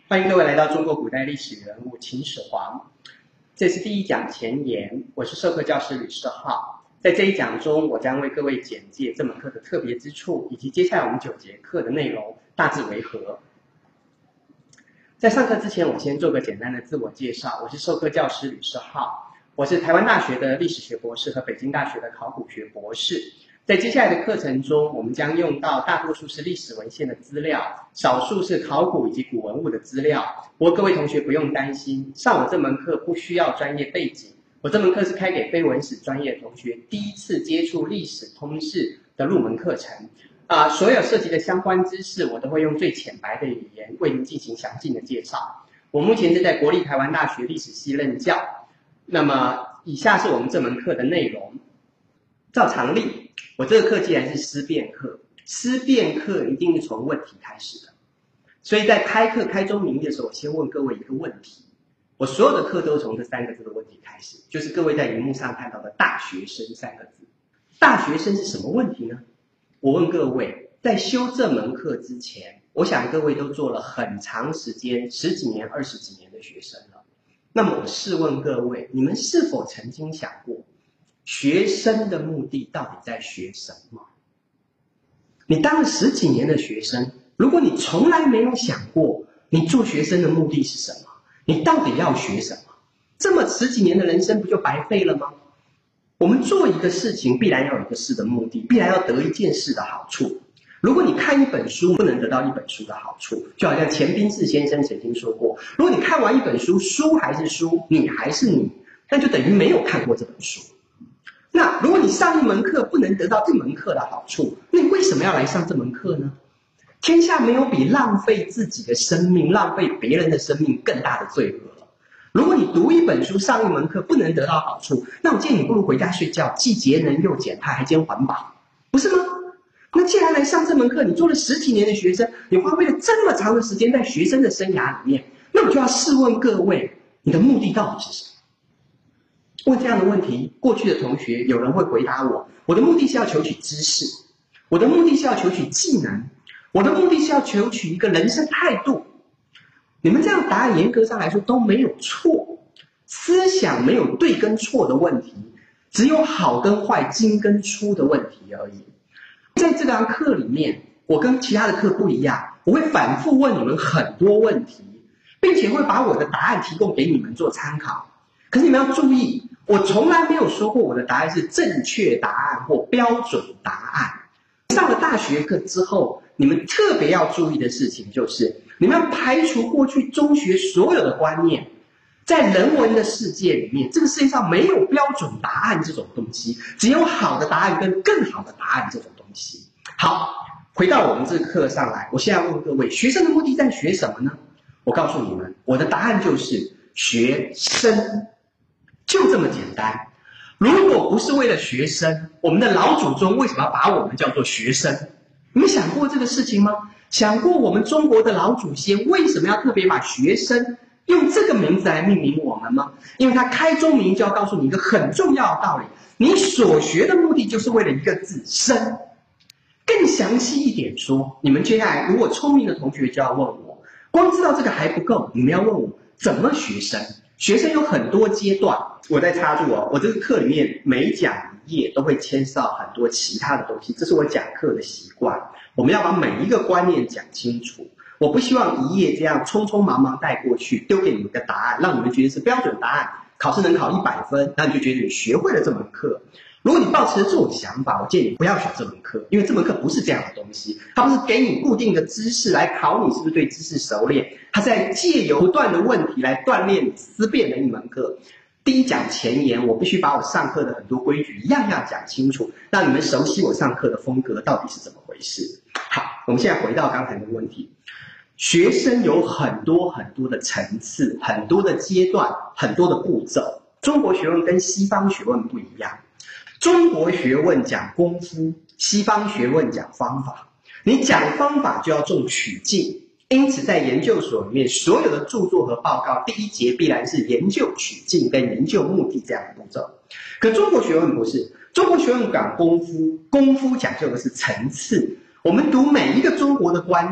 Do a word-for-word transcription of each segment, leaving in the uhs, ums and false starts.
欢迎各位来到中国古代历史人物秦始皇。这是第一讲前言，我是授课教师吕世浩。在这一讲中，我将为各位简介这门课的特别之处，以及接下来我们九节课的内容大致为何。在上课之前，我先做个简单的自我介绍。我是授课教师吕世浩，我是台湾大学的历史学博士和北京大学的考古学博士。在接下来的课程中，我们将用到大多数是历史文献的资料，少数是考古以及古文物的资料。不过各位同学不用担心，上我这门课不需要专业背景，我这门课是开给非文史专业同学第一次接触历史通识的入门课程。啊、呃，所有涉及的相关知识，我都会用最浅白的语言为您进行详尽的介绍。我目前是在国立台湾大学历史系任教。那么以下是我们这门课的内容。照常例，我这个课既然是思辨课，思辨课一定是从问题开始的。所以在开课开宗明义的时候，我先问各位一个问题。我所有的课都是从这三个字的问题开始，就是各位在荧幕上看到的大学生三个字。大学生是什么问题呢？我问各位，在修这门课之前，我想各位都做了很长时间，十几年、二十几年的学生了。那么我试问各位，你们是否曾经想过，学生的目的到底在学什么？你当了十几年的学生，如果你从来没有想过你做学生的目的是什么，你到底要学什么，这么十几年的人生不就白费了吗？我们做一个事情必然要有一个事的目的，必然要得一件事的好处。如果你看一本书不能得到一本书的好处，就好像钱宾士先生曾经说过，如果你看完一本书，书还是书，你还是你，那就等于没有看过这本书。那如果你上一门课不能得到这门课的好处，那你为什么要来上这门课呢？天下没有比浪费自己的生命、浪费别人的生命更大的罪恶了。如果你读一本书、上一门课不能得到好处，那我建议你不如回家睡觉，既节能又减碳，还兼环保，不是吗？那既然来上这门课，你做了十几年的学生，你花费了这么长的时间在学生的生涯里面，那我就要试问各位，你的目的到底是什么？问这样的问题，过去的同学有人会回答我，我的目的是要求取知识，我的目的是要求取技能，我的目的是要求取一个人生态度。你们这样答案严格上来说都没有错，思想没有对跟错的问题，只有好跟坏、精跟粗的问题而已。在这堂课里面，我跟其他的课不一样，我会反复问你们很多问题，并且会把我的答案提供给你们做参考。可是你们要注意，我从来没有说过我的答案是正确答案或标准答案。上了大学课之后，你们特别要注意的事情就是，你们要排除过去中学所有的观念。在人文的世界里面，这个世界上没有标准答案这种东西，只有好的答案跟更好的答案这种东西。好，回到我们这个课上来，我现在问各位，学生的目的在学什么呢？我告诉你们，我的答案就是学生。就这么简单。如果不是为了学生，我们的老祖宗为什么要把我们叫做学生？你们想过这个事情吗？想过我们中国的老祖先为什么要特别把学生用这个名字来命名我们吗？因为他开宗明义就要告诉你一个很重要的道理，你所学的目的就是为了一个字生。更详细一点说，你们接下来如果聪明的同学就要问我，光知道这个还不够，你们要问我怎么学生。学生有很多阶段，我再插入哦，我这个课里面每讲一页都会牵涉到很多其他的东西，这是我讲课的习惯。我们要把每一个观念讲清楚，我不希望一页这样匆匆忙忙带过去，丢给你们个答案，让你们觉得是标准答案，考试能考一百分，那你就觉得你学会了这门课。如果你抱持这种想法，我建议你不要选这门课，因为这门课不是这样的东西，它不是给你固定的知识来考你是不是对知识熟练，它是在借由不断的问题来锻炼你思辨的一门课。第一讲前言，我必须把我上课的很多规矩一样样讲清楚，让你们熟悉我上课的风格到底是怎么回事。好，我们现在回到刚才的问题，学生有很多很多的层次，很多的阶段，很多的步骤。中国学问跟西方学问不一样。中国学问讲功夫，西方学问讲方法。你讲方法就要重取径，因此在研究所里面，所有的著作和报告，第一节必然是研究取径跟研究目的这样的步骤。可中国学问不是，中国学问讲功夫，功夫讲究的是层次。我们读每一个中国的观念，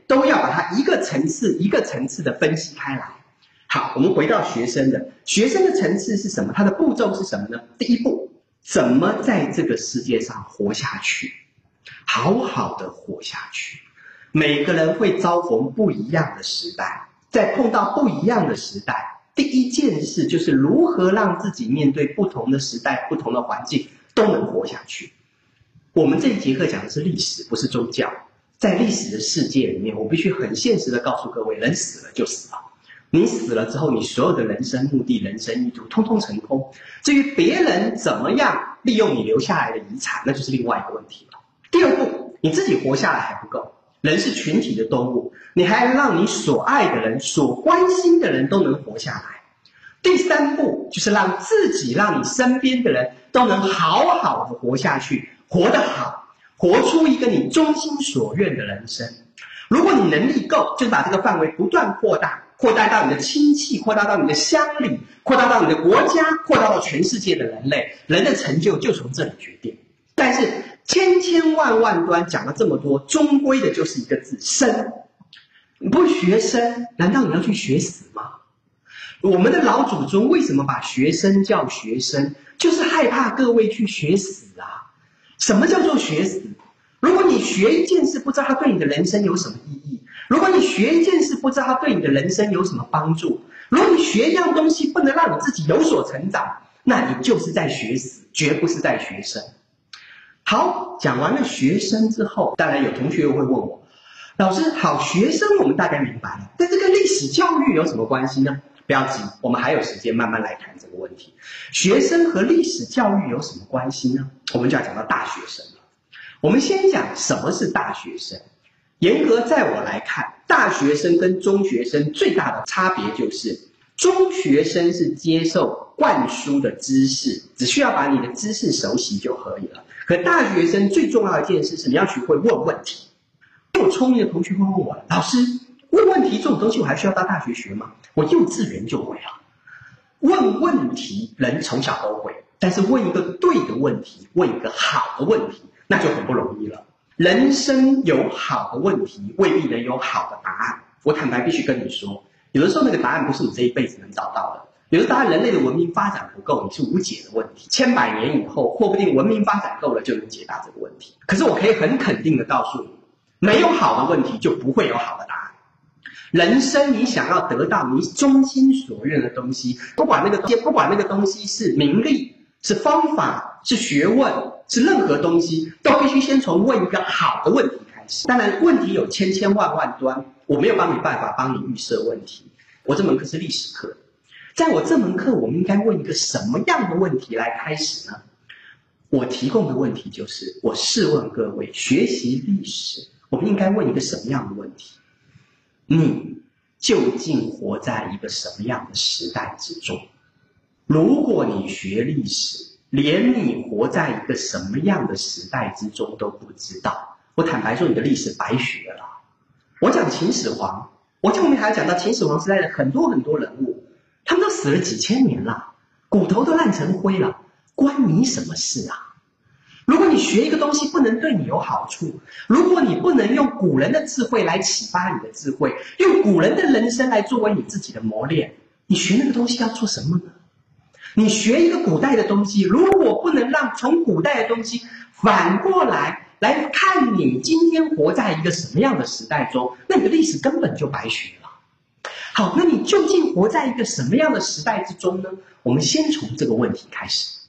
都要把它一个层次一个层次的分析开来。好，我们回到学生的，学生的层次是什么？它的步骤是什么呢？第一步，怎么在这个世界上活下去，好好的活下去。每个人会遭逢不一样的时代，在碰到不一样的时代，第一件事就是如何让自己面对不同的时代、不同的环境都能活下去。我们这一节课讲的是历史，不是宗教。在历史的世界里面，我必须很现实的告诉各位，人死了就死了。你死了之后，你所有的人生目的、人生意图，通通成空。至于别人怎么样利用你留下来的遗产，那就是另外一个问题了。第二步，你自己活下来还不够，人是群体的动物，你还要让你所爱的人、所关心的人都能活下来。第三步，就是让自己、让你身边的人都能好好的活下去，活得好，活出一个你衷心所愿的人生。如果你能力够，就把这个范围不断扩大。扩大到你的亲戚，扩大到你的乡里，扩大到你的国家，扩大到全世界的人类，人的成就就从这里决定。但是千千万万端讲了这么多，终归的就是一个字：生。你不学生，难道你要去学死吗？我们的老祖宗为什么把学生叫学生？就是害怕各位去学死啊！什么叫做学死？如果你学一件事，不知道它对你的人生有什么意义；如果你学一件事，不知道它对你的人生有什么帮助；如果你学一样东西，不能让你自己有所成长，那你就是在学死，绝不是在学生。好，讲完了学生之后，当然有同学又会问我，老师，好，学生我们大概明白了，但这跟历史教育有什么关系呢？不要急，我们还有时间慢慢来谈这个问题。学生和历史教育有什么关系呢？我们就要讲到大学生了。我们先讲什么是大学生。严格在我来看，大学生跟中学生最大的差别就是，中学生是接受灌输的知识，只需要把你的知识熟悉就可以了。可大学生最重要的一件事是，你要学会问问题。有聪明的同学会问我，老师，问问题这种东西我还需要到大学学吗？我幼稚园就会了。问问题人从小都会，但是问一个对的问题，问一个好的问题，那就很不容易了。人生有好的问题，未必能有好的答案。我坦白必须跟你说，有的时候那个答案不是你这一辈子能找到的。有的答案，人类的文明发展不够，你是无解的问题。千百年以后，说不定文明发展够了，就能解答这个问题。可是我可以很肯定的告诉你，没有好的问题，就不会有好的答案。人生你想要得到你衷心所愿的东西，不管那个东西，不管那个东西是名利、是方法、是学问、是任何东西，都必须先从问一个好的问题开始。当然，问题有千千万万端，我没有帮你办法帮你预设问题。我这门课是历史课，在我这门课，我们应该问一个什么样的问题来开始呢？我提供的问题就是，我试问各位，学习历史，我们应该问一个什么样的问题？你究竟活在一个什么样的时代之中？如果你学历史，连你活在一个什么样的时代之中都不知道，我坦白说，你的历史白学了。我讲秦始皇，我后面还要讲到秦始皇时代的很多很多人物，他们都死了几千年了，骨头都烂成灰了，关你什么事啊？如果你学一个东西不能对你有好处，如果你不能用古人的智慧来启发你的智慧，用古人的人生来作为你自己的磨练，你学那个东西要做什么呢？你学一个古代的东西，如果不能让从古代的东西反过来来看你今天活在一个什么样的时代中，那你的历史根本就白学了。好，那你究竟活在一个什么样的时代之中呢？我们先从这个问题开始。